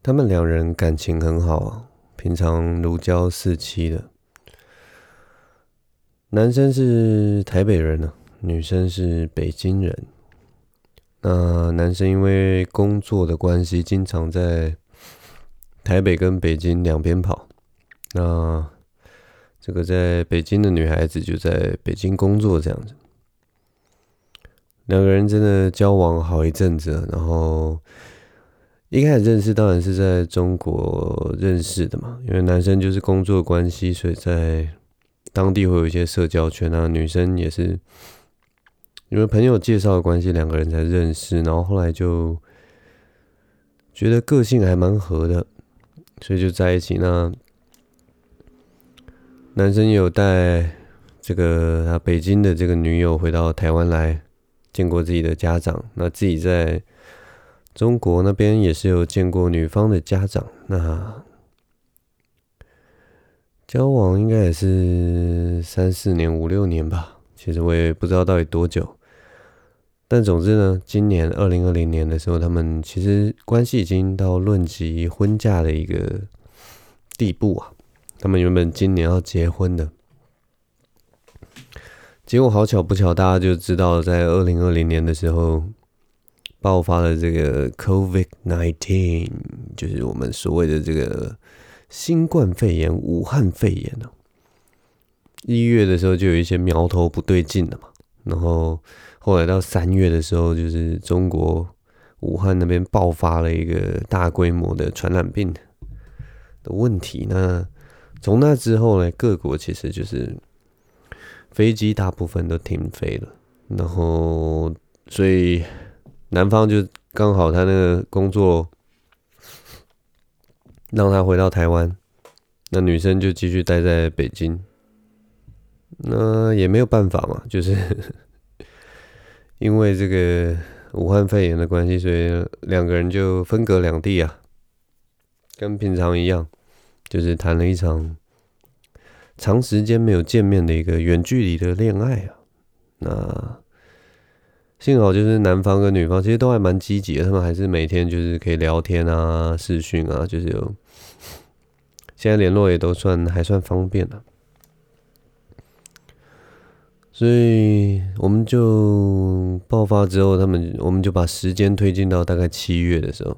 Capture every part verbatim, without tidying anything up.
他们两人感情很好啊，平常如胶似漆的。男生是台北人啊，女生是北京人。那男生因为工作的关系，经常在台北跟北京两边跑。那这个在北京的女孩子就在北京工作，这样子。两个人真的交往好一阵子了，然后一开始认识当然是在中国认识的嘛，因为男生就是工作关系，所以在当地会有一些社交圈啊，女生也是因为朋友介绍的关系，两个人才认识，然后后来就觉得个性还蛮合的，所以就在一起。那男生也有带这个他北京的这个女友回到台湾来见过自己的家长，那自己在中国那边也是有见过女方的家长，那交往应该也是三四年、五六年吧，其实我也不知道到底多久。但总之呢，今年二零二零年的时候，他们其实关系已经到论及婚嫁的一个地步啊。他们原本今年要结婚的，结果好巧不巧，大家就知道在二零二零年的时候爆发了这个 COVID 十九， 就是我们所谓的这个新冠肺炎、武汉肺炎啊。一月的时候就有一些苗头不对劲了嘛，然后后来到三月的时候，就是中国武汉那边爆发了一个大规模的传染病的问题。那从那之后呢，各国其实就是飞机大部分都停飞了，然后所以男方就刚好他那个工作让他回到台湾，那女生就继续待在北京。那也没有办法嘛，就是因为这个武汉肺炎的关系，所以两个人就分隔两地啊，跟平常一样，就是谈了一场长时间没有见面的一个远距离的恋爱啊。那幸好就是男方跟女方其实都还蛮积极的，他们还是每天就是可以聊天啊、视讯啊，就是有现在联络也都算还算方便了。所以我们就爆发之后，他们我们就把时间推进到大概七月的时候。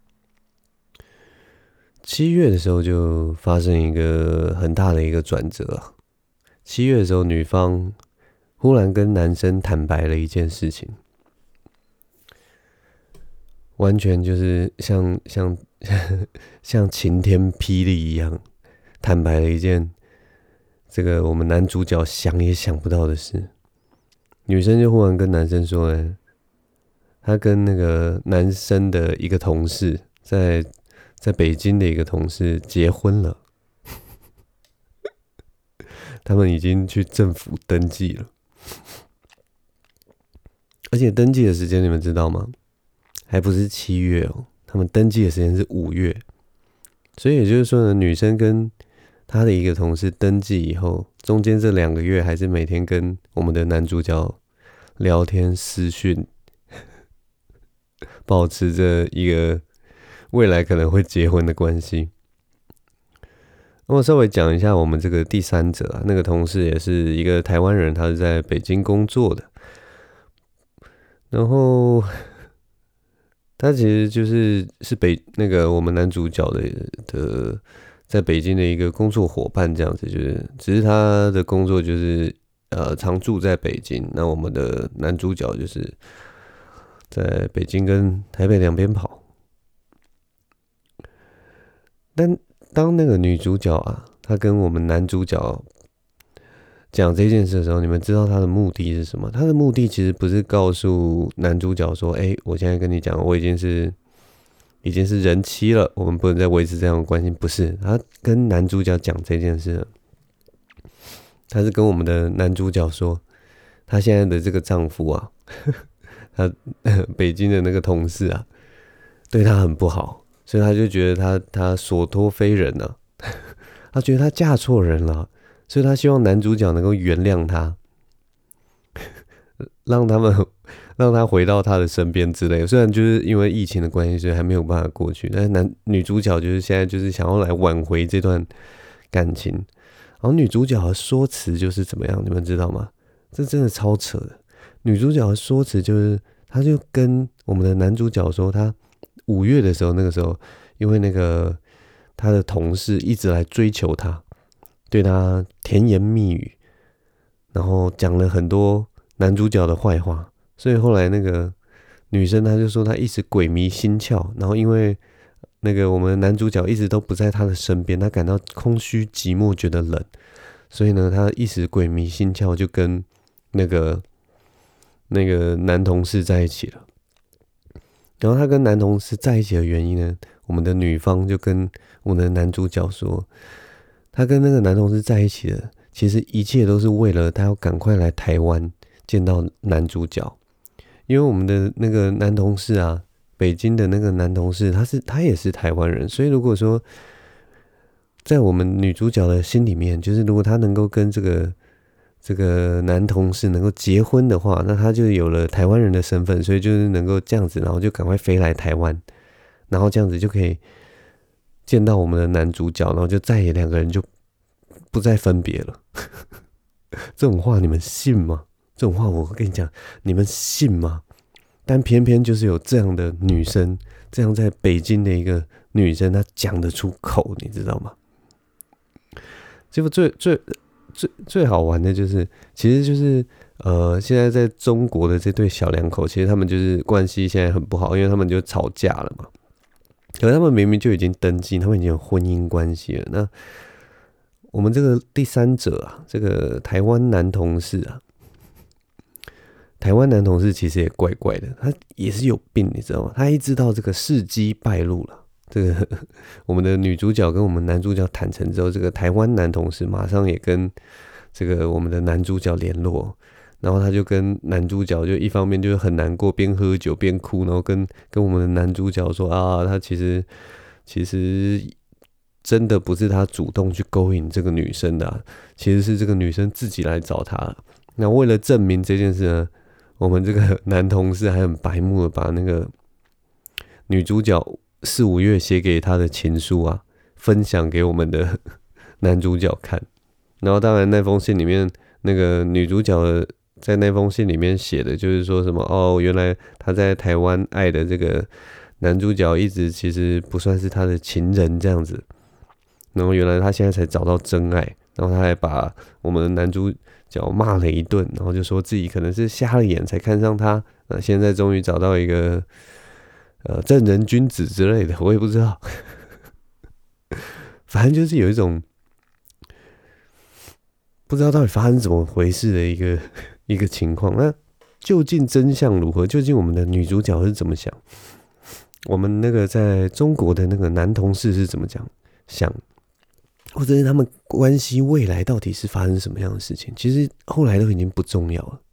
七月的时候就发生一个很大的一个转折啊。七月的时候，女方忽然跟男生坦白了一件事情，完全就是像像像晴天霹雳一样，坦白了一件这个我们男主角想也想不到的事。女生就忽然跟男生说呢，她跟那个男生的一个同事在在北京的一个同事结婚了，他们已经去政府登记了，而且登记的时间你们知道吗？还不是七月哦，他们登记的时间是五月，所以也就是说呢，女生跟他的一个同事登记以后，中间这两个月还是每天跟我们的男主角聊天私讯，保持着一个未来可能会结婚的关系。那我稍微讲一下我们这个第三者啊，那个同事也是一个台湾人，他是在北京工作的，然后他其实就是是北那个我们男主角的的在北京的一个工作伙伴，这样子，就是只是他的工作就是呃常住在北京，那我们的男主角就是在北京跟台北两边跑。但当那个女主角啊，她跟我们男主角讲这件事的时候，你们知道她的目的是什么？她的目的其实不是告诉男主角说，哎、欸，我现在跟你讲，我已经是已经是人妻了，我们不能再维持这样的关系。不是，她跟男主角讲这件事，她是跟我们的男主角说，她现在的这个丈夫啊，她北京的那个同事啊，对她很不好，所以她就觉得她她所托非人啊，她觉得她嫁错人了。所以他希望男主角能够原谅他， 让他们让他回到他的身边之类的。虽然就是因为疫情的关系，所以还没有办法过去，但是男女主角就是现在就是想要来挽回这段感情。然后女主角的说辞就是怎么样，你们知道吗？这真的超扯的。女主角的说辞就是，她就跟我们的男主角说，她五月的时候，那个时候因为那个她的同事一直来追求她，对她甜言蜜语，然后讲了很多男主角的坏话，所以后来那个女生她就说她一直鬼迷心窍，然后因为那个我们男主角一直都不在她的身边，她感到空虚寂寞，觉得冷，所以呢，她一时鬼迷心窍，就跟那个那个男同事在一起了。然后她跟男同事在一起的原因呢，我们的女方就跟我们的男主角说，她跟那个男同事在一起的，其实一切都是为了她要赶快来台湾见到男主角，因为我们的那个男同事啊，北京的那个男同事，他是他也是台湾人，所以如果说在我们女主角的心里面，就是如果她能够跟这个这个男同事能够结婚的话，那他就有了台湾人的身份，所以就是能够这样子，然后就赶快飞来台湾，然后这样子就可以见到我们的男主角，然后就再也两个人就不再分别了。这种话你们信吗？这种话我跟你讲，你们信吗？但偏偏就是有这样的女生，这样在北京的一个女生，她讲得出口，你知道吗？结果最最最最好玩的就是，其实就是呃，现在在中国的这对小两口，其实他们就是关系现在很不好，因为他们就吵架了嘛。可是他们明明就已经登记，他们已经有婚姻关系了。那我们这个第三者啊，这个台湾男同事啊，台湾男同事其实也怪怪的，他也是有病，你知道吗？他一知道这个事机败露了，这个我们的女主角跟我们男主角坦诚之后，这个台湾男同事马上也跟这个我们的男主角联络，然后他就跟男主角就一方面就是很难过，边喝酒边哭，然后跟跟我们的男主角说啊，他其实其实真的不是他主动去勾引这个女生的、啊，其实是这个女生自己来找他。那为了证明这件事呢，我们这个男同事还很白目的把那个女主角四五月写给他的情书啊，分享给我们的男主角看。然后当然那封信里面，那个女主角的在那封信里面写的就是说什么哦，原来他在台湾爱的这个男主角一直其实不算是他的情人这样子。然后原来他现在才找到真爱，然后他还把我们的男主角骂了一顿，然后就说自己可能是瞎了眼才看上他，那现在终于找到一个呃正人君子之类的，我也不知道，反正就是有一种不知道到底发生怎么回事的一个一个情况。那究竟真相如何？究竟我们的女主角是怎么想？我们那个在中国的那个男同事是怎么讲想？或者是他们关系未来到底是发生什么样的事情，其实后来都已经不重要了。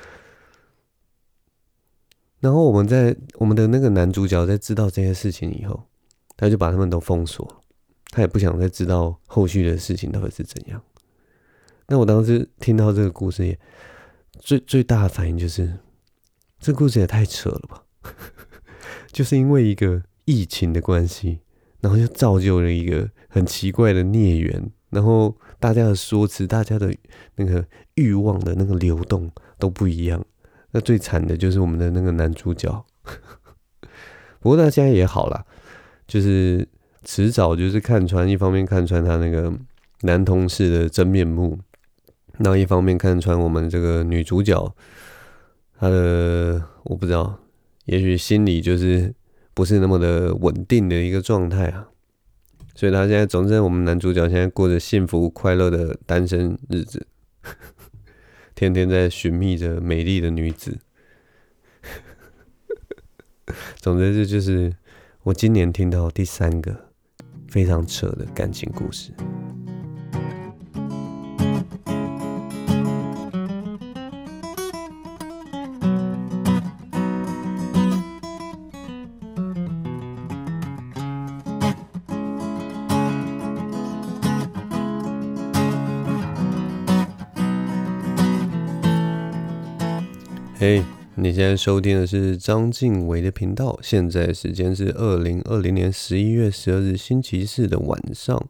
然后我们在我们的那个男主角在知道这些事情以后，他就把他们都封锁了，他也不想再知道后续的事情到底是怎样。那我当时听到这个故事也最最大的反应就是，这故事也太扯了吧！就是因为一个疫情的关系，然后就造就了一个很奇怪的孽缘，然后大家的说辞、大家的那个欲望的那个流动都不一样。那最惨的就是我们的那个男主角，不过他现在也好啦，就是迟早就是看穿，一方面看穿他那个男同事的真面目，然后一方面看穿我们这个女主角，她的我不知道，也许心里就是不是那么的稳定的一个状态啊，所以他现在总之我们男主角现在过着幸福快乐的单身日子，天天在寻觅着美丽的女子。总之这就是我今年听到第三个非常扯的感情故事。 嘿、hey, 你现在收听的是张敬伟的频道，现在时间是二零二零年十一月十二日星期四的晚上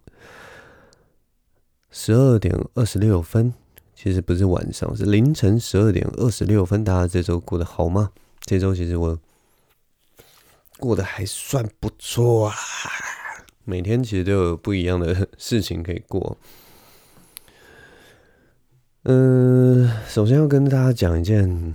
十二点二十六分。其实不是晚上，是凌晨十二点二十六分。大家这周过得好吗？这周其实我过得还算不错啊，每天其实都有不一样的事情可以过。嗯、呃，首先要跟大家讲一件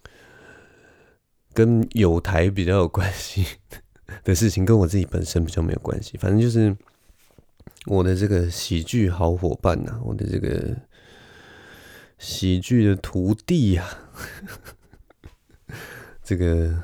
跟友台比较有关系的事情，跟我自己本身比较没有关系。反正就是我的这个喜剧好伙伴呐、啊，我的这个喜剧的徒弟呀、啊，这个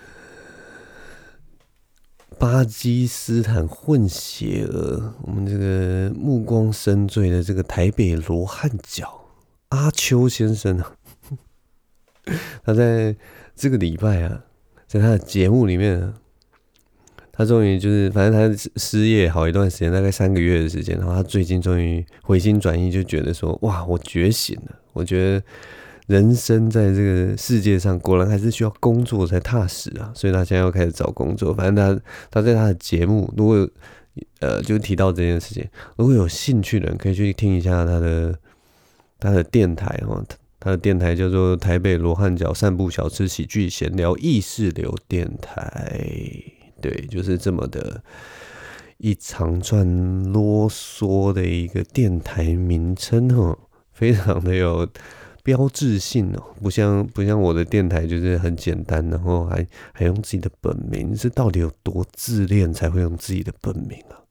巴基斯坦混血儿，我们这个目光深邃的这个台北罗汉脚阿秋先生啊，他在这个礼拜啊，在他的节目里面、啊，他终于就是，反正他失业好一段时间，大概三个月的时间，然后他最近终于回心转意，就觉得说，哇，我觉醒了。我觉得人生在这个世界上，果然还是需要工作才踏实啊，所以他现在要开始找工作。反正他他在他的节目，如果有呃，就提到这件事情，如果有兴趣的人，可以去听一下他的他的电台哦。他的电台叫做台北罗汉脚散步小吃喜剧闲聊意识流电台，对，就是这么的一长串啰嗦的一个电台名称哦，非常的有标志性哦，不像不像我的电台就是很简单，然后还还用自己的本名，这到底有多自恋才会用自己的本名啊？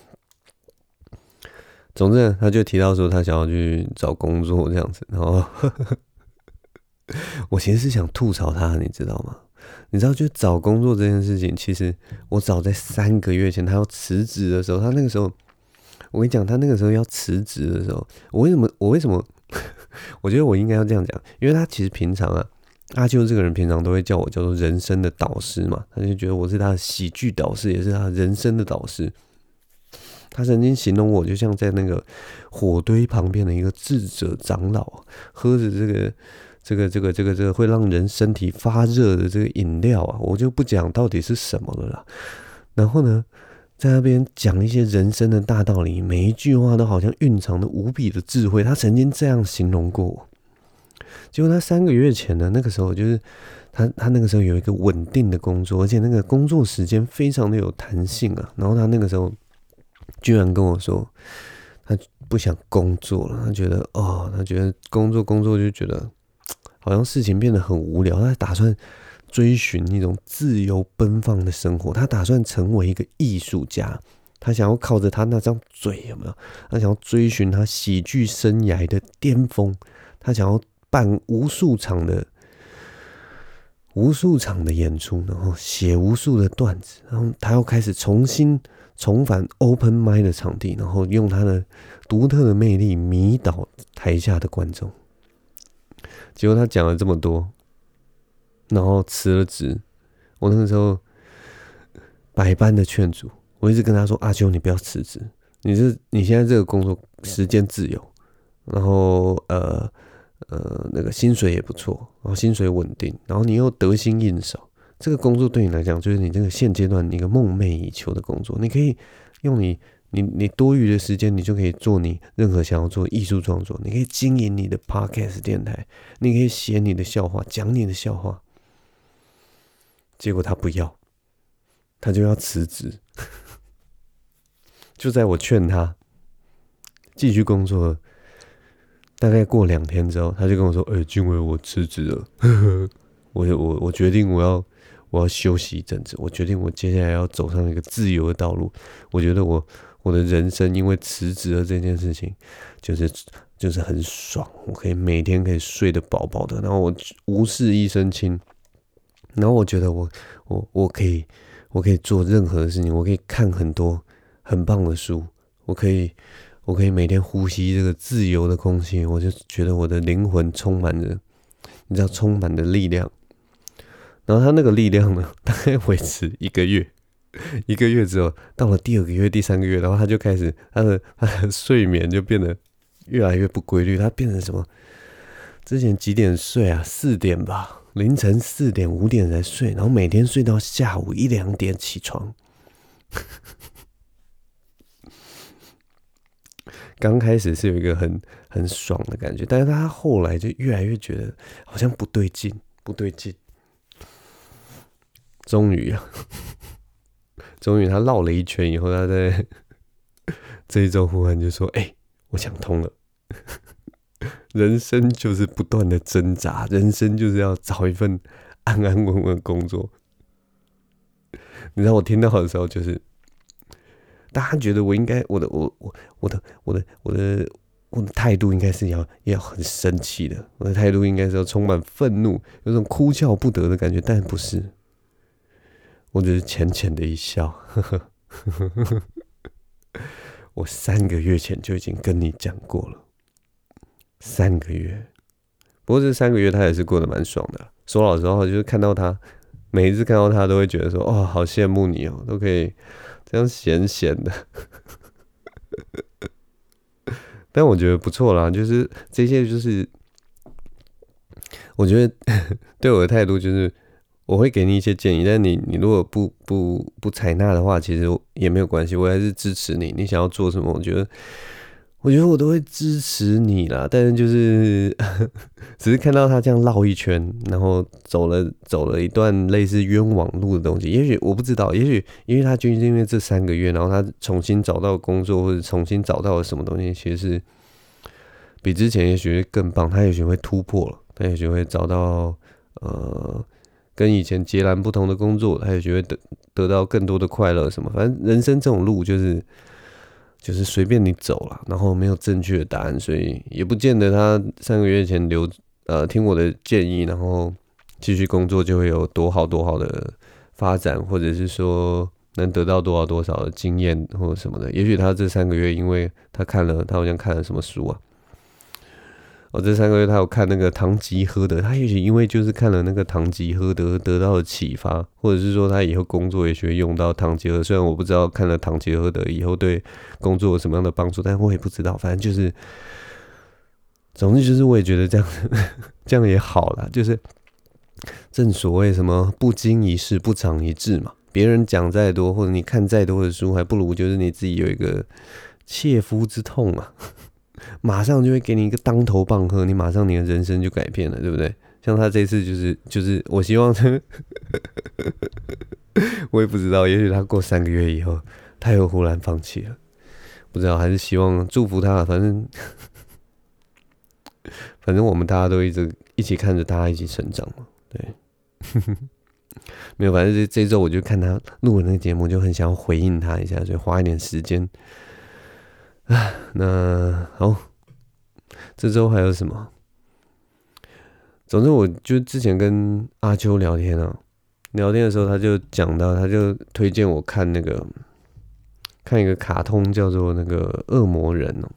总之，他就提到说他想要去找工作这样子，然后呵呵我其实是想吐槽他，你知道吗？你知道，就找工作这件事情，其实我早在三个月前他要辞职的时候，他那个时候，我跟你讲，他那个时候要辞职的时候，我为什么我为什么？我觉得我应该要这样讲，因为他其实平常啊，阿秋这个人平常都会叫我叫做人生的导师嘛，他就觉得我是他的喜剧导师，也是他人生的导师。他曾经形容我就像在那个火堆旁边的一个智者长老，喝着这个这个这个这个这个会让人身体发热的这个饮料啊，我就不讲到底是什么了啦。然后呢，在那边讲一些人生的大道理，每一句话都好像蕴藏着无比的智慧。他曾经这样形容过我。结果他三个月前呢，那个时候就是他他那个时候有一个稳定的工作，而且那个工作时间非常的有弹性啊。然后他那个时候居然跟我说，他不想工作了，他觉得哦，他觉得工作工作就觉得好像事情变得很无聊，他打算追寻一种自由奔放的生活，他打算成为一个艺术家，他想要靠着他那张嘴，有没有？他想要追寻他喜剧生涯的巅峰，他想要办无数场的无数场的演出，然后写无数的段子，然后他要开始重新重返 open mic 的场地，然后用他的独特的魅力迷倒台下的观众。结果他讲了这么多，然后辞了职。我那个时候百般的劝阻，我一直跟他说：“阿秋，你不要辞职，你这你现在这个工作时间自由，然后呃呃那个薪水也不错，然后薪水稳定，然后你又得心应手。这个工作对你来讲，就是你这个现阶段一个梦寐以求的工作。你可以用你你你多余的时间，你就可以做你任何想要做艺术创作。你可以经营你的 podcast 电台，你可以写你的笑话，讲你的笑话。”结果他不要，他就要辞职。就在我劝他继续工作，大概过两天之后，他就跟我说：“哎、欸，俊伟，我辞职了。我我我决定我要我要休息一阵子，我决定我接下来要走上一个自由的道路。我觉得我我的人生因为辞职了这件事情，就是就是很爽，我可以每天可以睡得饱饱的，然后我无事一身轻，然后我觉得我我我可以我可以做任何的事情，我可以看很多很棒的书，我可以我可以每天呼吸这个自由的空气，我就觉得我的灵魂充满着，你知道，充满着力量。”然后他那个力量呢，大概维持一个月，一个月之后，到了第二个月、第三个月，然后他就开始他的他的睡眠就变得越来越不规律，他变成什么？之前几点睡啊？四点吧， 凌晨四点五点才睡，然后每天睡到下午一两点起床。刚开始是有一个很很爽的感觉，但是他后来就越来越觉得好像不对劲，不对劲。终于啊，终于他绕了一圈以后，他在这一周忽然就说：“哎、欸，我想通了。”人生就是不断的挣扎，人生就是要找一份安安稳稳的工作。你知道我听到的时候，就是大家觉得我应该，我的我我我的我的我的我的态度应该是要要很生气的，我的态度应该是要充满愤怒，有种哭笑不得的感觉，但不是，我只是浅浅的一笑。呵呵呵呵，我三个月前就已经跟你讲过了。三个月，不过这三个月他也是过得蛮爽的。说老实话，就是看到他，每一次看到他都会觉得说：“哦，好羡慕你哦，都可以这样闲闲的。”但我觉得不错啦，就是这些，就是我觉得对我的态度就是，我会给你一些建议，但你你如果不不不采纳的话，其实也没有关系，我还是支持你。你想要做什么，我觉得。我觉得我都会支持你啦，但是就是只是看到他这样绕一圈，然后走了走了一段类似冤枉路的东西。也许我不知道，也许因为他就是因为这三个月，然后他重新找到工作或者重新找到了什么东西，其实是比之前也许会更棒。他也许会突破了，他也许会找到呃跟以前截然不同的工作，他也许会得得到更多的快乐什么。反正人生这种路就是。就是随便你走了，然后没有正确的答案，所以也不见得他三个月前留呃听我的建议，然后继续工作就会有多好多好的发展，或者是说能得到多少多少的经验或者什么的。也许他这三个月，因为他看了，他好像看了什么书啊？哦，这三个月他有看那个《堂吉诃德》，他也许因为就是看了那个《堂吉诃德》得到了启发，或者是说他以后工作也许会用到堂吉诃德。虽然我不知道看了《堂吉诃德》以后对工作有什么样的帮助，但我也不知道。反正就是，总之就是我也觉得这样这样也好啦，就是正所谓什么不经一事不长一智嘛。别人讲再多，或者你看再多的书，还不如就是你自己有一个切肤之痛啊。马上就会给你一个当头棒喝，你马上你的人生就改变了，对不对？像他这次就是就是，我希望我也不知道，也许他过三个月以后，他又忽然放弃了，不知道，还是希望祝福他。反正反正我们大家都一直一起看着他一起成长嘛，对。没有，反正这这周我就看他录的那个节目，就很想要回应他一下，所以花一点时间。啊，那好，这周还有什么？总之，我就之前跟阿秋聊天啊，聊天的时候他就讲到，他就推荐我看那个看一个卡通叫做那个《恶魔人》哦。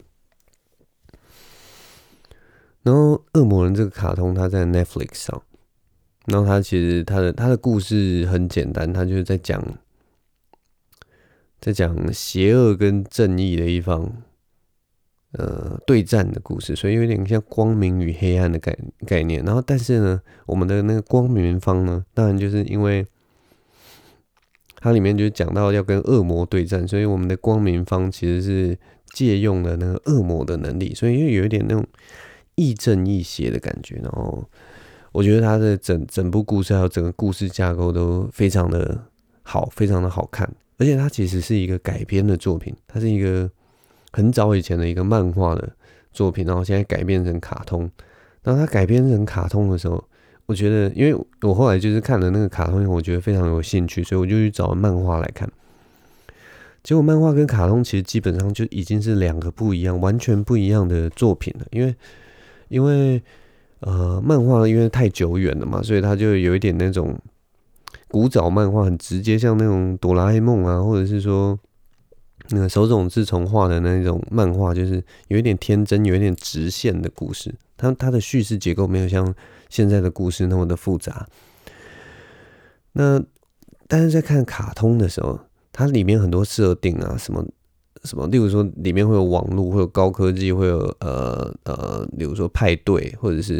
然后《恶魔人》这个卡通它在 Netflix 上，然后它其实它的它的故事很简单，它就是在讲。在讲邪恶跟正义的一方，呃，对战的故事，所以有点像光明与黑暗的概概念。然后，但是呢，我们的那个光明方呢，当然就是因为它里面就讲到要跟恶魔对战，所以我们的光明方其实是借用了那个恶魔的能力，所以又有一点那种亦正亦邪的感觉。然后，我觉得它的整整部故事还有整个故事架构都非常的好，非常的好看。而且它其实是一个改编的作品，它是一个很早以前的一个漫画的作品，然后现在改编成卡通。然后它改编成卡通的时候，我觉得，因为我后来就是看了那个卡通，我觉得非常有兴趣，所以我就去找漫画来看。结果漫画跟卡通其实基本上就已经是两个不一样、完全不一样的作品了，因为因为呃，漫画因为太久远了嘛，所以它就有一点那种。古早漫画很直接，像那种哆啦 A 梦啊，或者是说那个手冢治虫画的那种漫画，就是有一点天真，有一点直线的故事。它它的叙事结构没有像现在的故事那么的复杂。那但是在看卡通的时候，它里面很多设定啊，什么什么，例如说里面会有网络，会有高科技，会有呃呃，例如说派对，或者是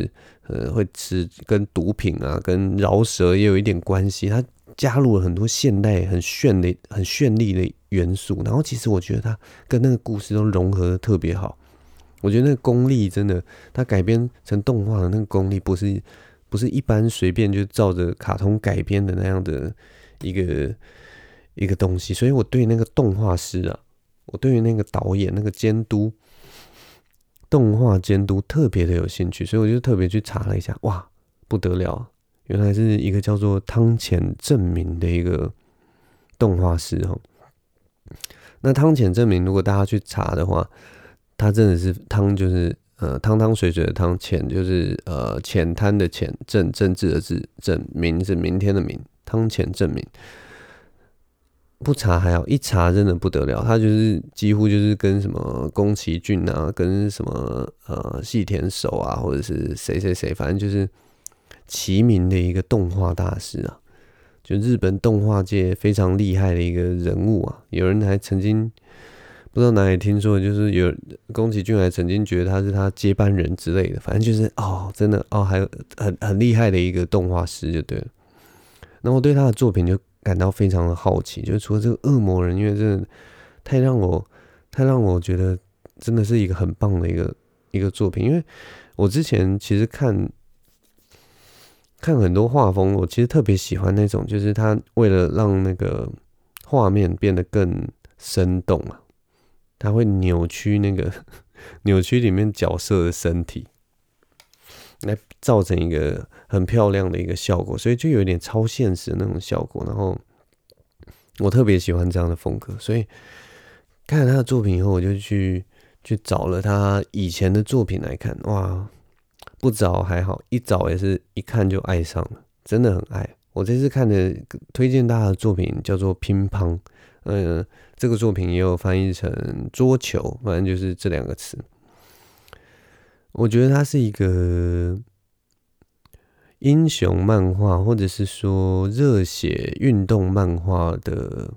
呃会吃跟毒品啊、跟饶舌也有一点关系，它加入了很多现代很炫的、很绚丽的元素，然后其实我觉得它跟那个故事都融合的特别好。我觉得那个功力真的，它改编成动画的那个功力，不是不是一般随便就照着卡通改编的那样的一个一个东西，所以我对那个动画师啊，我对于那个导演、那个监督、动画监督特别的有兴趣，所以我就特别去查了一下，哇，不得了，原来是一个叫做汤浅政明的一个动画师哦。那汤浅政明，如果大家去查的话，他真的是汤就是呃汤汤水水的汤，浅就是呃浅滩的浅，政政治的治，政明是明天的明，汤浅政明。不查还好，一查真的不得了，他就是几乎就是跟什么宫崎骏啊，跟什么呃细田守啊，或者是谁谁谁，反正就是齐名的一个动画大师啊，就日本动画界非常厉害的一个人物啊。有人还曾经不知道哪里听说，就是有宫崎骏还曾经觉得他是他接班人之类的，反正就是哦，真的哦，还有很很厉害的一个动画师就对了。然后我对他的作品就感到非常的好奇，就是除了这个恶魔人，因为真的太让我太让我觉得真的是一个很棒的一个一个作品。因为我之前其实看看很多画风，我其实特别喜欢那种，就是他为了让那个画面变得更生动啊，他会扭曲那个扭曲里面角色的身体，来造成一个很漂亮的一个效果，所以就有点超现实的那种效果。然后我特别喜欢这样的风格，所以看了他的作品以后，我就去去找了他以前的作品来看。哇，不找还好，一找也是一看就爱上了，真的很爱。我这次看的推荐大家的作品叫做《乒乓》，呃，这个作品也有翻译成桌球，反正就是这两个词。我觉得它是一个英雄漫画，或者是说热血运动漫画的，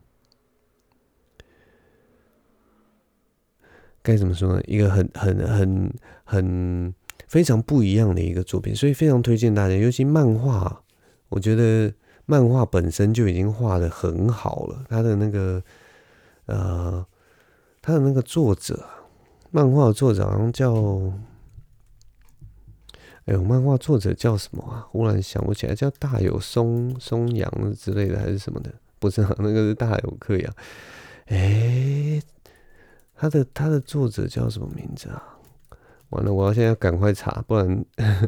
该怎么说呢？一个很很很很非常不一样的一个作品，所以非常推荐大家。尤其漫画，我觉得漫画本身就已经画得很好了，它的那个呃，它的那个作者，漫画的作者好像叫。哎呦，漫画作者叫什么啊？忽然想不起来，叫大有松松阳之类的，还是什么的？不是、啊，那个是大有克洋。哎，他的他的作者叫什么名字啊？完了，我要现在赶快查，不然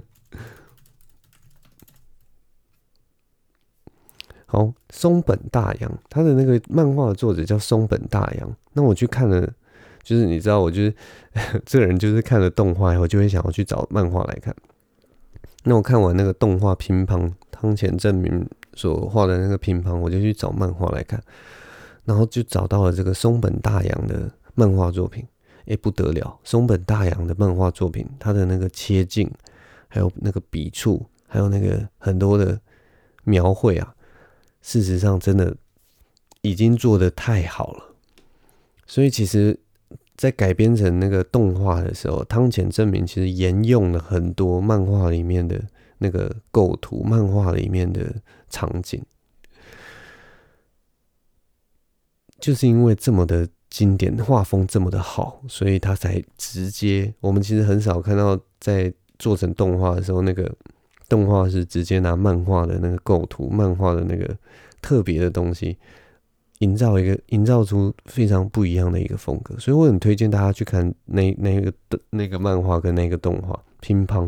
好，松本大洋，他的那个漫画的作者叫松本大洋。那我去看了，就是你知道，我就是这个人，就是看了动画以后，就会想要去找漫画来看。那我看完那个动画乒乓，汤浅政明所画的那个乒乓，我就去找漫画来看，然后就找到了这个松本大洋的漫画作品。哎，不得了！松本大洋的漫画作品，他的那个切镜，还有那个笔触，还有那个很多的描绘啊，事实上真的已经做得太好了。所以其实在改编成那个动画的时候，汤浅政明其实沿用了很多漫画里面的那个构图，漫画里面的场景，就是因为这么的经典，画风这么的好，所以他才直接。我们其实很少看到在做成动画的时候，那个动画是直接拿漫画的那个构图、漫画的那个特别的东西。营造一个营造出非常不一样的一个风格，所以我很推荐大家去看那那个那个漫画跟那个动画乒乓。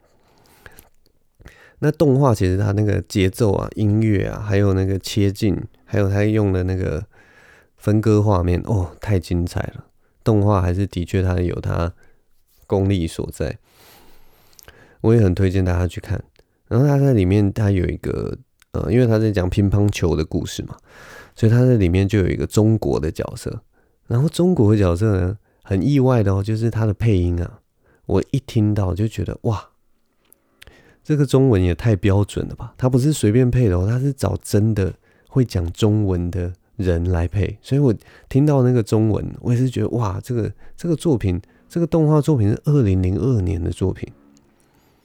那动画其实它那个节奏啊、音乐啊，还有那个切镜，还有它用的那个分割画面，哦，太精彩了。动画还是的确它有它功力所在，我也很推荐大家去看。然后它在里面，它有一个呃，因为他在讲乒乓球的故事嘛。所以他在里面就有一个中国的角色，然后中国的角色呢，很意外的哦，就是他的配音啊，我一听到就觉得哇，这个中文也太标准了吧！他不是随便配的哦，他是找真的会讲中文的人来配，所以我听到那个中文，我也是觉得哇，这个这个作品，这个动画作品是二零零二年的作品，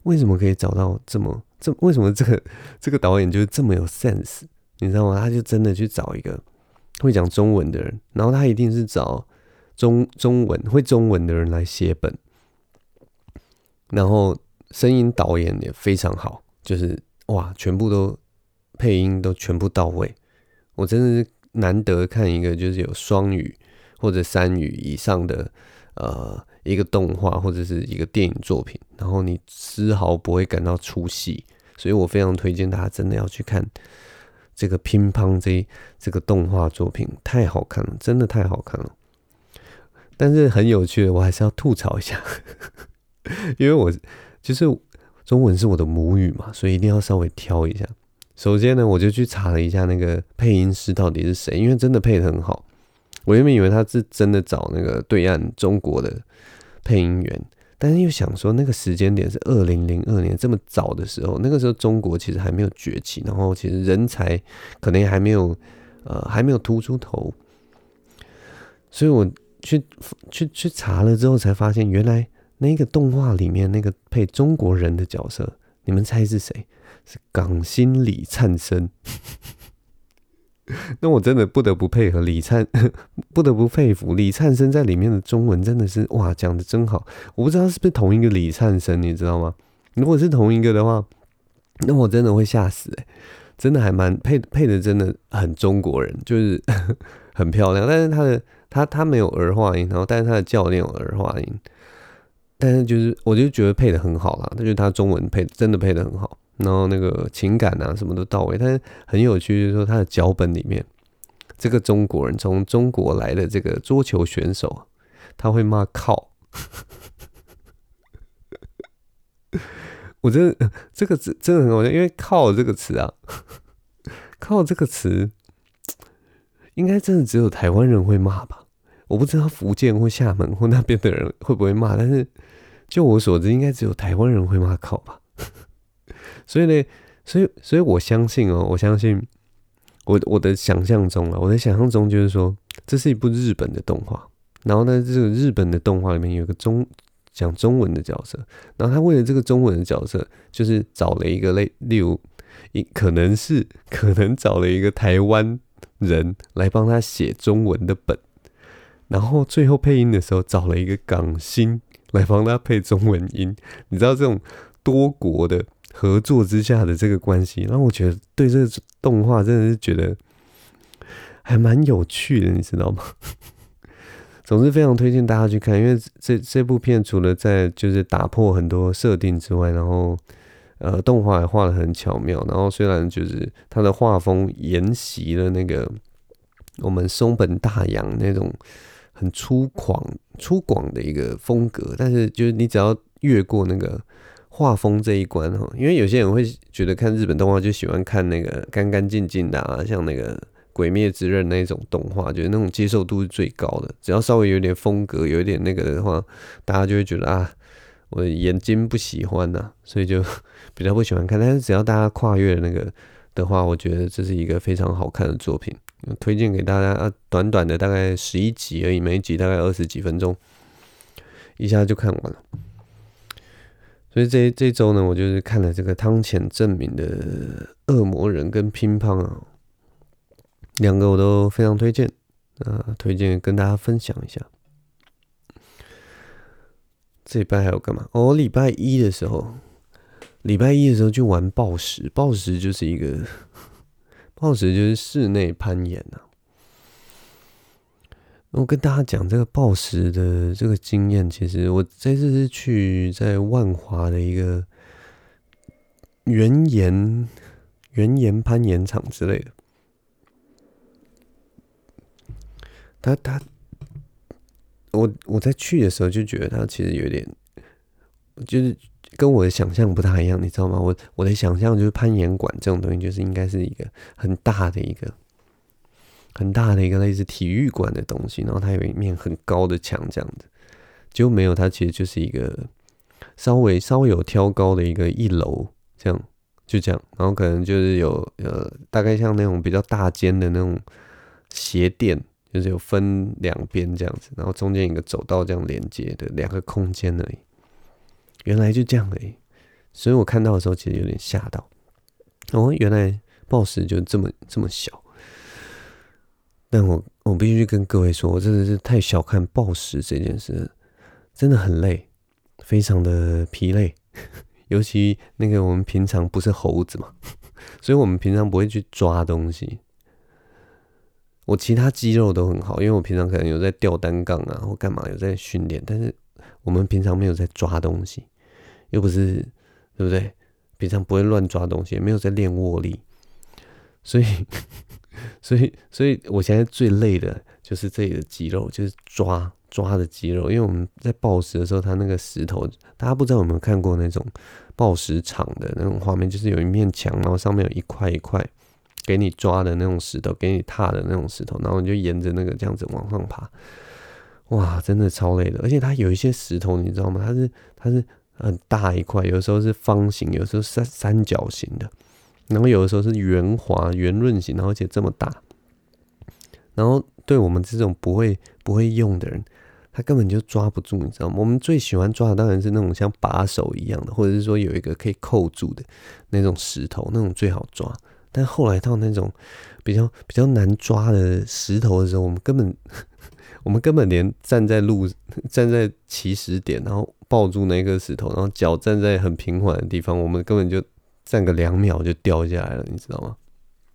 为什么可以找到这么这为什么这个这个导演就是这么有 sense， 你知道吗？他就真的去找一个会讲中文的人，然后他一定是找中中文会中文的人来写本，然后声音导演也非常好，就是哇，全部都配音都全部到位。我真的是难得看一个就是有双语或者三语以上的呃一个动画或者是一个电影作品，然后你丝毫不会感到出戏，所以我非常推荐大家真的要去看这个乒乓这这个动画作品，太好看了，真的太好看了。但是很有趣的，我还是要吐槽一下，因为我就是中文是我的母语嘛，所以一定要稍微挑一下。首先呢，我就去查了一下那个配音师到底是谁，因为真的配得很好。我原本以为他是真的找那个对岸中国的配音员，但是又想说那个时间点是二零零二年这么早的时候，那个时候中国其实还没有崛起，然后其实人才可能还没有呃还没有突出头，所以我去去去查了之后才发现，原来那个动画里面那个配中国人的角色，你们猜是谁？是港星李灿森。那我真的不得不配合李灿，不得不佩服李灿森在里面的中文真的是哇，讲的真好。我不知道是不是同一个李灿森，你知道吗？如果是同一个的话，那我真的会吓死哎、欸！真的还蛮配配的，真的很中国人，就是很漂亮。但是他的他他没有儿化音，然后但是他的教练有儿化音，但是就是我就觉得配的很好啦，就是他中文配真的配的很好。然后那个情感啊什么都到位，但是很有趣，就是说他的脚本里面，这个中国人从中国来的这个桌球选手，他会骂靠，我真的这个字真的很好笑，因为靠这个词啊，靠这个词，应该真的只有台湾人会骂吧？我不知道福建或厦门或那边的人会不会骂，但是就我所知，应该只有台湾人会骂靠吧。所以呢，所以，所以我相信哦，我相信我我的想象中啊，我的想象中就是说，这是一部日本的动画，然后呢，这个日本的动画里面有一个中讲中文的角色，然后他为了这个中文的角色，就是找了一个类，例如，可能是可能找了一个台湾人来帮他写中文的本，然后最后配音的时候找了一个港星来帮他配中文音，你知道这种多国的合作之下的这个关系，让我觉得对这个动画真的是觉得还蛮有趣的，你知道吗？总之非常推荐大家去看，因为这这部片除了在就是打破很多设定之外，然后呃动画也画得很巧妙，然后虽然就是它的画风沿袭了那个我们松本大洋那种很粗犷粗犷的一个风格，但是就是你只要越过那个画风这一关哈，因为有些人会觉得看日本动画就喜欢看那个干干净净的啊，像那个《鬼灭之刃》那种动画，就是那种接受度是最高的。只要稍微有点风格，有一点那个的话，大家就会觉得啊，我的眼睛不喜欢呐、啊，所以就比较不喜欢看。但是只要大家跨越那个的话，我觉得这是一个非常好看的作品，推荐给大家啊。短短的大概十一集而已，每一集大概二十几分钟，一下就看完了。所以这这周呢，我就是看了这个汤浅政明的《恶魔人》跟《乒乓》啊，两个我都非常推荐，啊，推荐跟大家分享一下。这礼拜还有干嘛？哦，礼拜一的时候，礼拜一的时候就玩抱石，抱石就是一个，抱石就是室内攀岩啊。我跟大家讲这个抱石的这个经验，其实我这次是去在万华的一个原岩原岩攀岩场之类的。他他，我我在去的时候就觉得他其实有点，就是跟我的想象不太一样，你知道吗？我我的想象就是攀岩馆这种东西，就是应该是一个很大的一个。很大的一个类似体育馆的东西，然后它有一面很高的墙这样子，结果没有，它其实就是一个稍微稍微有挑高的一个一楼，这样就这样，然后可能就是有呃大概像那种比较大间的那种鞋垫，就是有分两边这样子，然后中间一个走道这样连接的两个空间而已，原来就这样而已， 所以我看到的时候其实有点吓到，哦，原来暴食就这么这么小。但我我必须跟各位说，我真的是太小看暴食这件事，真的很累，非常的疲累。尤其那个我们平常不是猴子嘛，所以我们平常不会去抓东西。我其他肌肉都很好，因为我平常可能有在吊单杠啊，或干嘛有在训练，但是我们平常没有在抓东西，又不是对不对？平常不会乱抓东西，也没有在练握力，所以，所以，所以我现在最累的就是这里的肌肉，就是抓抓的肌肉。因为我们在暴食的时候，它那个石头，大家不知道有没有看过那种暴食场的那种画面，就是有一面墙，然后上面有一块一块给你抓的那种石头，给你踏的那种石头，然后你就沿着那个这样子往上爬。哇，真的超累的！而且它有一些石头，你知道吗？它是它是很大一块，有的时候是方形，有的时候是三角形的，然后有的时候是圆滑、圆润型，然后而且这么大。然后对我们这种不会不会用的人，他根本就抓不住，你知道吗？我们最喜欢抓的当然是那种像把手一样的，或者是说有一个可以扣住的那种石头，那种最好抓。但后来到那种比较比较难抓的石头的时候，我们根本我们根本连站在路站在起始点，然后抱住那个石头，然后脚站在很平缓的地方，我们根本就站个两秒就掉下来了，你知道吗？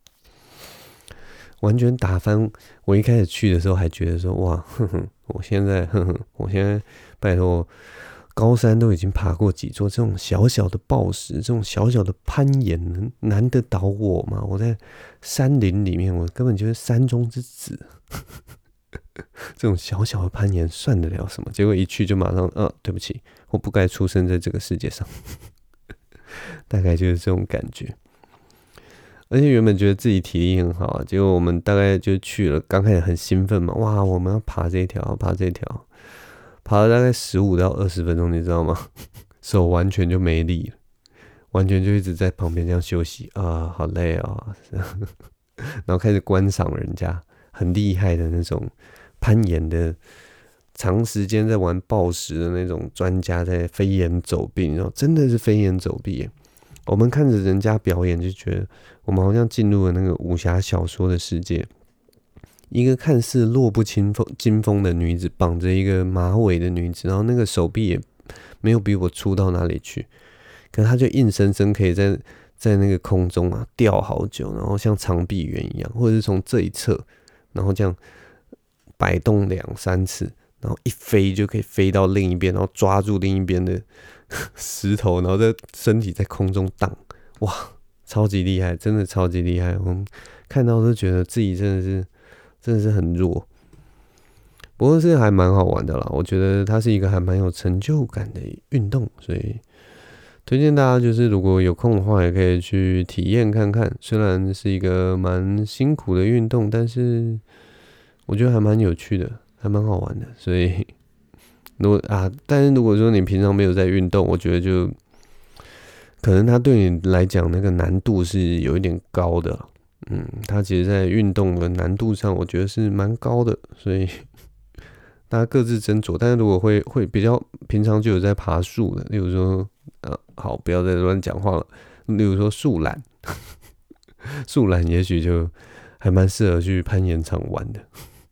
完全打翻。我一开始去的时候还觉得说，哇，哼哼，我现在，哼哼，我现在拜托，高山都已经爬过几座，这种小小的暴食，这种小小的攀岩，难得倒我吗？我在山林里面，我根本就是山中之子。这种小小的攀岩算得了什么？结果一去就马上，呃，对不起，我不该出生在这个世界上。大概就是这种感觉。而且原本觉得自己体力很好啊，结果我们大概就去了，刚开始很兴奋嘛，哇，我们要爬这一条，爬这一条，爬了大概十五到二十分钟，你知道吗？手完全就没力了，完全就一直在旁边这样休息啊，好累啊、哦，然后开始观赏人家很厉害的那种攀岩的，长时间在玩暴食的那种专家在飞檐走壁，然后真的是飞檐走壁耶。我们看着人家表演，就觉得我们好像进入了那个武侠小说的世界。一个看似弱不禁风惊风的女子，绑着一个马尾的女子，然后那个手臂也没有比我粗到哪里去，可是她就硬生生可以在在那个空中啊吊好久，然后像长臂猿一样，或者是从这一侧，然后这样摆动两三次，然后一飞就可以飞到另一边，然后抓住另一边的石头，然后在身体在空中荡，哇，超级厉害，真的超级厉害！我们看到都觉得自己真的是真的是很弱，不过是还蛮好玩的啦。我觉得它是一个还蛮有成就感的运动，所以推荐大家就是如果有空的话，也可以去体验看看。虽然是一个蛮辛苦的运动，但是我觉得还蛮有趣的，还蛮好玩的，所以。如果啊，但是如果说你平常没有在运动，我觉得就可能它对你来讲那个难度是有一点高的，嗯，它其实在运动的难度上，我觉得是蛮高的，所以大家各自斟酌。但是如果会会比较平常就有在爬树的，例如说，呃，好，不要再乱讲话了，例如说树懒，树懒也许就还蛮适合去攀岩场玩的。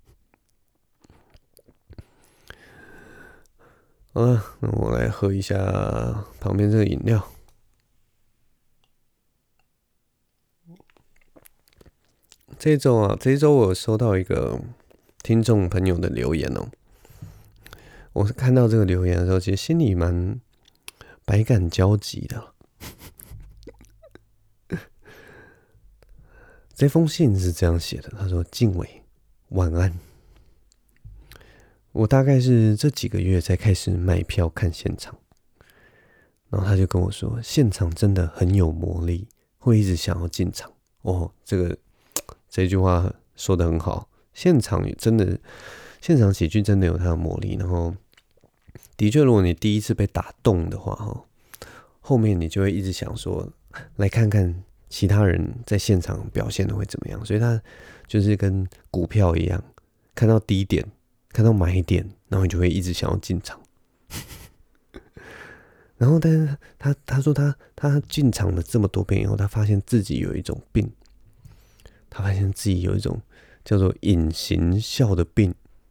好了，那我来喝一下旁边这个饮料。这一周啊，这一周我有收到一个听众朋友的留言哦。我看到这个留言的时候，其实心里蛮百感交集的。这封信是这样写的，他说：“静伟，晚安。我大概是这几个月才开始买票看现场，然后他就跟我说，现场真的很有魔力，会一直想要进场。哦，这个这句话说得很好，现场真的，现场喜剧真的有它的魔力。然后，的确，如果你第一次被打动的话，后面你就会一直想说，来看看其他人在现场表现的会怎么样。所以它就是跟股票一样，看到低点。”看到买点，然后你就会一直想要进场。 然后，但是他他说他他进场了这么多遍以后，他发现自己有一种病，他发现自己有一种叫做隐形笑的病。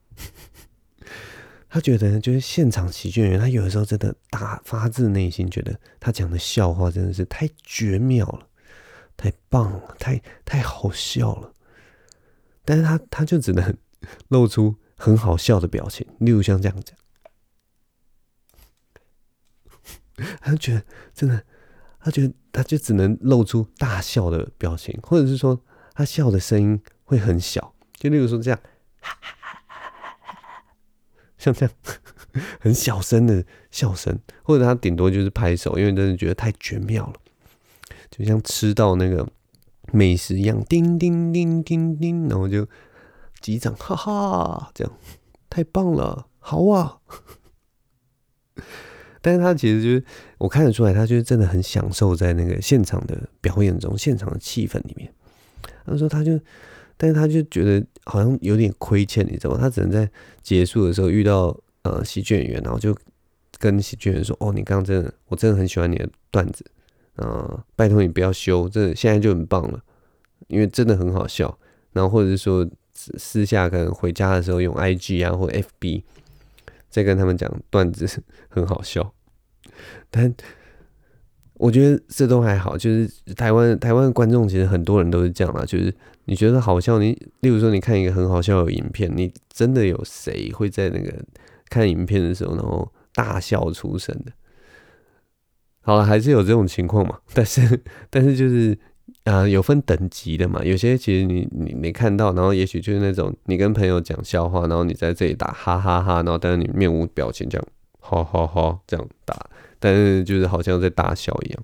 他觉得就是现场喜剧演员，他有的时候真的打发自内心觉得他讲的笑话真的是太绝妙了，太棒了，太太好笑了。但是他他就只能露出很好笑的表情，例如像这样讲。他就觉得真的，他觉得他就只能露出大笑的表情，或者是说他笑的声音会很小，就例如说这样，像这样很小声的笑声，或者他顶多就是拍手，因为真的觉得太绝妙了，就像吃到那个美食一样，叮叮叮叮叮，然后就击掌，哈哈，这样太棒了，好啊。但是他其实就是我看得出来，他就是真的很享受在那个现场的表演中，现场的气氛里面。他说他就，但是他就觉得好像有点亏欠，你知道吗？他只能在结束的时候遇到呃喜剧演员，然后就跟喜剧演员说：“哦，你刚刚真的，我真的很喜欢你的段子，呃，拜托你不要修，真的现在就很棒了，因为真的很好笑。”然后或者是说私下可能回家的时候用 I G 啊或 F B。再跟他们讲段子很好笑，但我觉得这都还好。就是台湾台湾的观众其实很多人都是这样啦，就是你觉得好笑，你例如说你看一个很好笑的影片，你真的有谁会在那个看影片的时候然后大笑出声的？好了，还是有这种情况嘛，但是但是就是啊、呃，有分等级的嘛。有些其实你你没看到，然后也许就是那种你跟朋友讲笑话，然后你在这里打哈哈哈，然后但是你面无表情这样哈哈哈这样打，但是就是好像在大笑一样。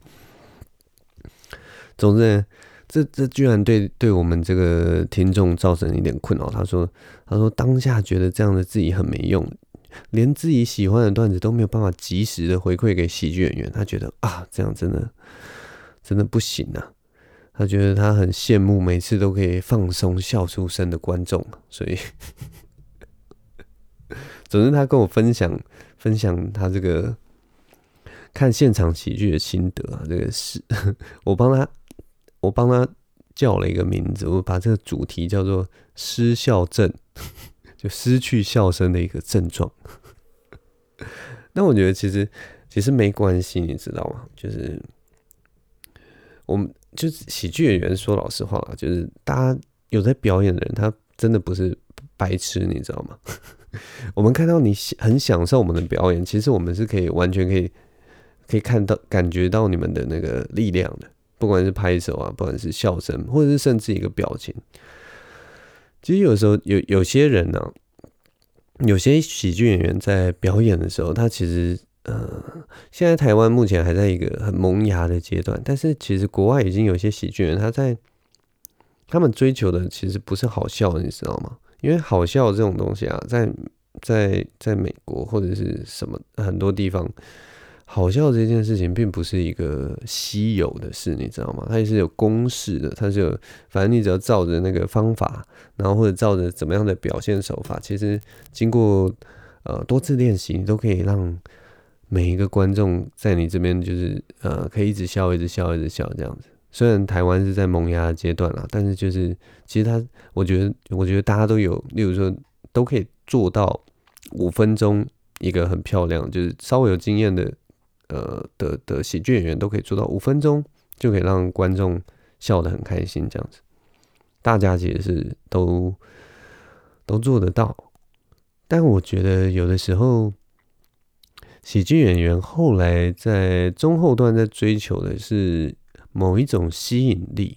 总之呢，这这居然对对我们这个听众造成一点困扰。他说他说当下觉得这样的自己很没用。连自己喜欢的段子都没有办法及时的回馈给喜剧演员，他觉得啊，这样真的真的不行啊。他觉得他很羡慕每次都可以放松笑出声的观众，所以总之他跟我分享分享他这个看现场喜剧的心得啊，这个是我帮他我帮他叫了一个名字，我把这个主题叫做失笑症。就失去笑声的一个症状。那我觉得其实其实没关系，你知道吗？就是我们就是喜剧演员，说老实话啦，就是大家有在表演的人，他真的不是白痴，你知道吗？我们看到你很享受我们的表演，其实我们是可以完全可以可以看到感觉到你们的那个力量的，不管是拍手啊，不管是笑声，或者是甚至一个表情。其实有时候有有些人呢、啊，有些喜剧演员在表演的时候，他其实呃，现在台湾目前还在一个很萌芽的阶段，但是其实国外已经有些喜剧演员，他在他们追求的其实不是好笑，你知道吗？因为好笑这种东西啊，在在在美国或者是什么很多地方。好笑这件事情并不是一个稀有的事，你知道吗？它也是有公式的，它是有，反正你只要照着那个方法，然后或者照着怎么样的表现手法，其实经过呃多次练习，你都可以让每一个观众在你这边就是呃可以一直笑，一直笑，一直笑这样子。虽然台湾是在萌芽的阶段啦，但是就是其实它，我觉得我觉得大家都有，例如说都可以做到五分钟一个很漂亮，就是稍微有经验的。呃的的喜剧演员都可以做到五分钟就可以让观众笑得很开心，这样子，大家其实是都都做得到。但我觉得有的时候，喜剧演员后来在中后段在追求的是某一种吸引力，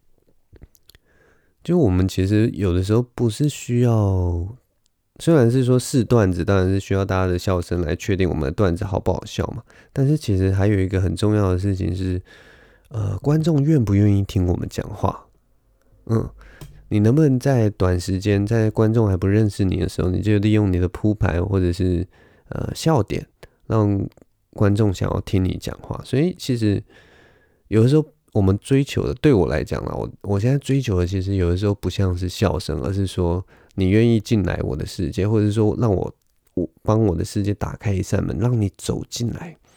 就我们其实有的时候不是需要。虽然是说试段子，当然是需要大家的笑声来确定我们的段子好不好笑嘛。但是其实还有一个很重要的事情是，呃，观众愿不愿意听我们讲话？嗯，你能不能在短时间，在观众还不认识你的时候，你就利用你的铺排或者是呃笑点，让观众想要听你讲话？所以其实有的时候我们追求的，对我来讲啦，我我现在追求的其实有的时候不像是笑声，而是说。你愿意进来我的世界，或者说让我我帮我的世界打开一扇门，让你走进来，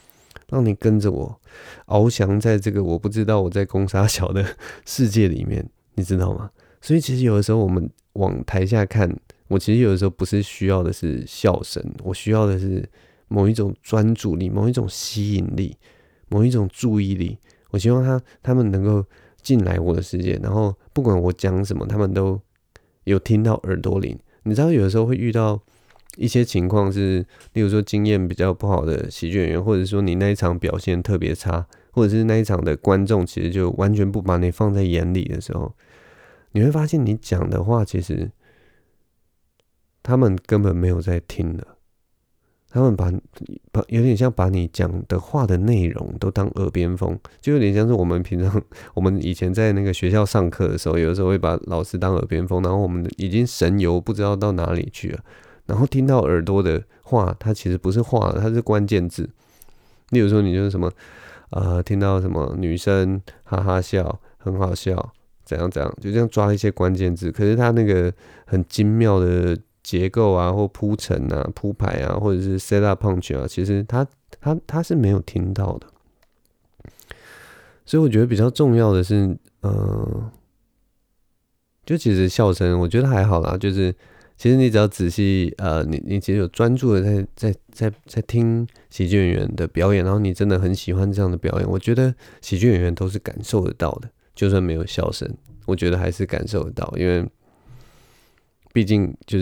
让你跟着我翱翔在这个我不知道我在攻杀小的世界里面，你知道吗？所以其实有的时候我们往台下看，我其实有的时候不是需要的是笑声，我需要的是某一种专注力，某一种吸引力，某一种注意力。我希望他他们能够进来我的世界，然后不管我讲什么，他们都有听到耳朵里。你知道有的时候会遇到一些情况是，例如说经验比较不好的喜剧演员，或者说你那一场表现特别差，或者是那一场的观众其实就完全不把你放在眼里的时候，你会发现你讲的话其实他们根本没有在听了。他们把把有点像把你讲的话的内容都当耳边风，就有点像是我们平常我们以前在那个学校上课的时候，有的时候会把老师当耳边风，然后我们已经神游不知道到哪里去了，然后听到耳朵的话，它其实不是话，它是关键字。例如说，你就是什么呃，听到什么女生哈哈笑，很好笑，怎样怎样，就这样抓一些关键字，可是它那个很精妙的结构啊，或铺陈啊、铺排啊，或者是 set up punch 啊，其实他他他是没有听到的。所以我觉得比较重要的是，呃，就其实笑声，我觉得还好啦。就是其实你只要仔细，呃，你你其实有专注的在在在在听喜剧演员的表演，然后你真的很喜欢这样的表演，我觉得喜剧演员都是感受得到的，就算没有笑声，我觉得还是感受得到，因为毕竟就是。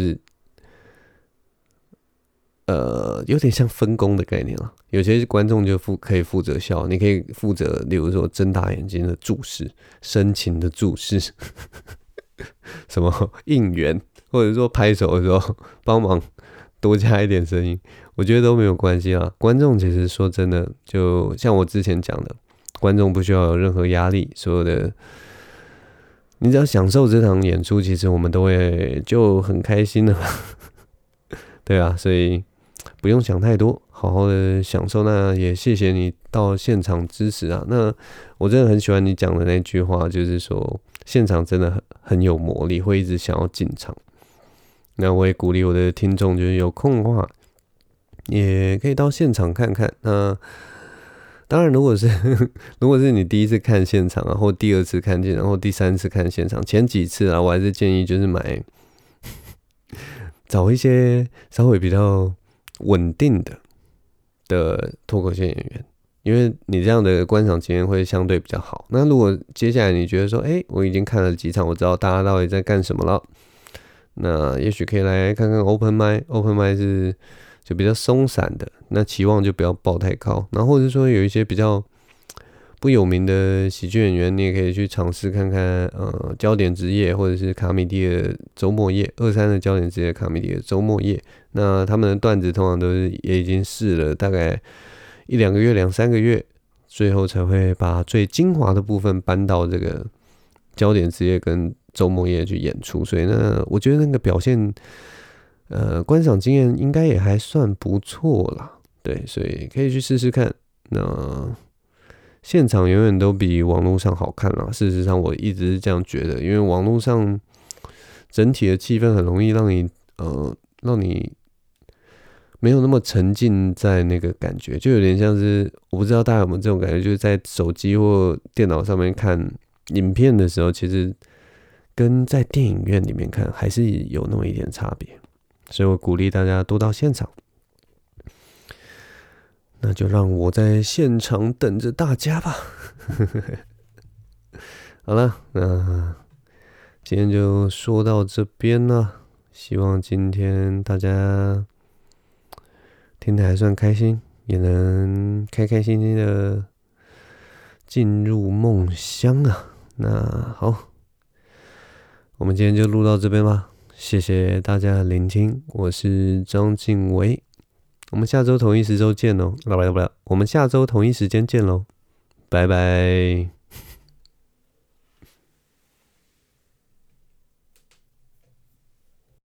呃，有点像分工的概念了。有些观众就负可以负责笑，你可以负责，例如说睁大眼睛的注视、深情的注视，什么应援，或者说拍手的时候帮忙多加一点声音，我觉得都没有关系啦。观众其实说真的，就像我之前讲的，观众不需要有任何压力，所有的你只要享受这场演出，其实我们都会就很开心了。对啊，所以。不用想太多，好好的享受。那也谢谢你到现场支持啊。那我真的很喜欢你讲的那句话，就是说现场真的很很有魔力，会一直想要进场。那我也鼓励我的听众，就是有空的话，也可以到现场看看。那当然，如果是如果是你第一次看现场啊，或第二次看现场，或第三次看现场，前几次啊，我还是建议就是买找一些稍微比较。稳定的的脱口秀演员，因为你这样的观赏经验会相对比较好。那如果接下来你觉得说，哎、欸，我已经看了几场，我知道大家到底在干什么了，那也许可以来看看 open mic。open mic 是就比较松散的，那期望就不要抱太高。然后或者说有一些比较不有名的喜剧演员，你也可以去尝试看看，呃，焦点之夜或者是卡米蒂的周末夜，二三的焦点之夜，卡米蒂的周末夜。那他们的段子通常都是也已经试了大概一两个月、两三个月，最后才会把最精华的部分搬到这个焦点之夜跟周末夜去演出。所以呢，我觉得那个表现，呃，观赏经验应该也还算不错啦。对，所以可以去试试看。那现场永远都比网络上好看啦。事实上，我一直是这样觉得，因为网络上整体的气氛很容易让你呃让你没有那么沉浸在那个感觉，就有点像是我不知道大家有没有这种感觉，就是在手机或电脑上面看影片的时候，其实跟在电影院里面看还是有那么一点差别。所以我鼓励大家多到现场。那就让我在现场等着大家吧。好了，那今天就说到这边了。希望今天大家听得还算开心，也能开开心心的进入梦乡啊。那好，我们今天就录到这边吧。谢谢大家的聆听，我是张敬维。我们下周同一时周见喽！不不不，我们下周同一时间见喽！拜拜。